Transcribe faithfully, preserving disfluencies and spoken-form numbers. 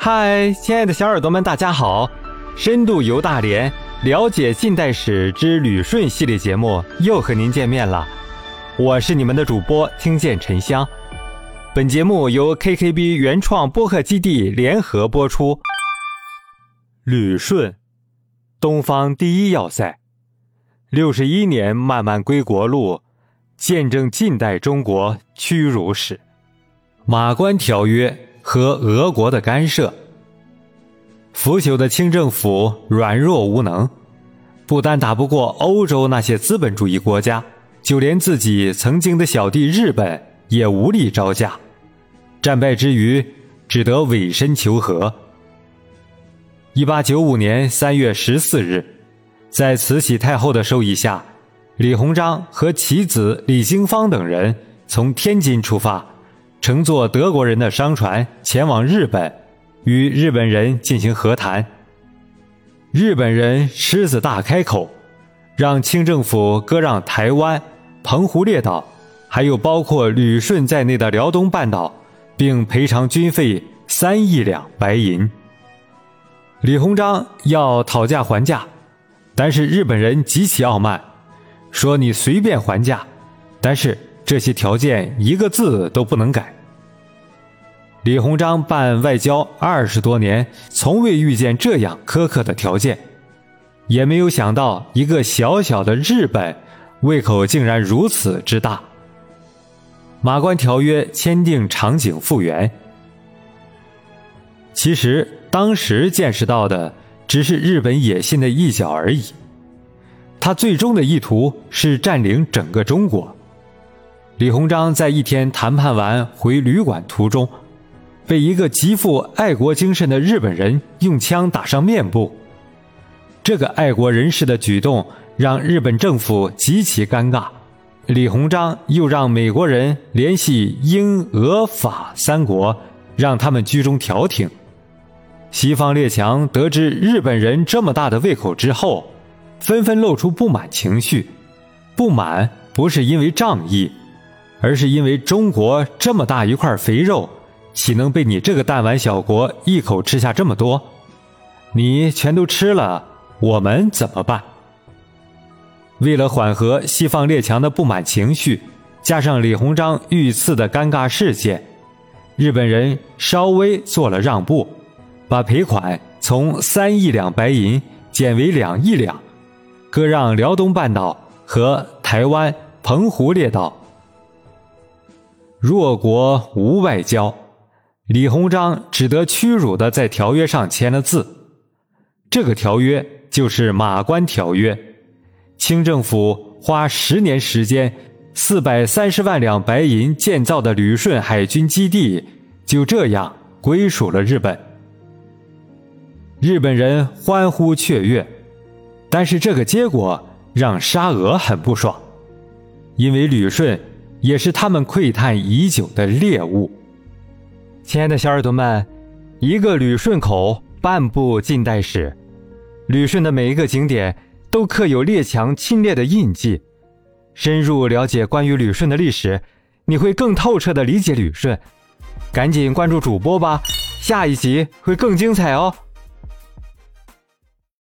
嗨，亲爱的小耳朵们，大家好！深度游大连，了解近代史之旅顺系列节目又和您见面了，我是你们的主播听见沉香。本节目由 K K B 原创播客基地联合播出。旅顺，东方第一要塞，六十一年漫漫归国路，见证近代中国屈辱史。马关条约和俄国的干涉。腐朽的清政府软弱无能，不但打不过欧洲那些资本主义国家，就连自己曾经的小弟日本也无力招架，战败之余只得委身求和。一八九五年三月十四日，在慈禧太后的授意下，李鸿章和其子李经方等人从天津出发，乘坐德国人的商船前往日本，与日本人进行和谈。日本人狮子大开口，让清政府割让台湾、澎湖列岛，还有包括旅顺在内的辽东半岛，并赔偿军费三亿两白银。李鸿章要讨价还价，但是日本人极其傲慢，说你随便还价，但是这些条件一个字都不能改。李鸿章办外交二十多年，从未遇见这样苛刻的条件，也没有想到一个小小的日本胃口竟然如此之大。马关条约签订场景复原。其实当时见识到的只是日本野心的一角而已，他最终的意图是占领整个中国。李鸿章在一天谈判完回旅馆途中，被一个极富爱国精神的日本人用枪打伤面部。这个爱国人士的举动让日本政府极其尴尬，李鸿章又让美国人联系英俄法三国，让他们居中调停。西方列强得知日本人这么大的胃口之后，纷纷露出不满情绪。不满不是因为仗义，而是因为中国这么大一块肥肉，岂能被你这个弹丸小国一口吃下这么多？你全都吃了，我们怎么办？为了缓和西方列强的不满情绪，加上李鸿章遇刺的尴尬事件，日本人稍微做了让步，把赔款从三亿两白银减为两亿两，割让辽东半岛和台湾、澎湖列岛。弱国无外交，李鸿章只得屈辱地在条约上签了字。这个条约就是马关条约。清政府花十年时间，四百三十万两白银建造的旅顺海军基地就这样归属了日本。日本人欢呼雀跃，但是这个结果让沙俄很不爽，因为旅顺也是他们窥探已久的猎物。亲爱的小耳朵们，一个旅顺口，半部近代史。旅顺的每一个景点都刻有列强侵略的印记。深入了解关于旅顺的历史，你会更透彻地理解旅顺。赶紧关注主播吧，下一集会更精彩哦。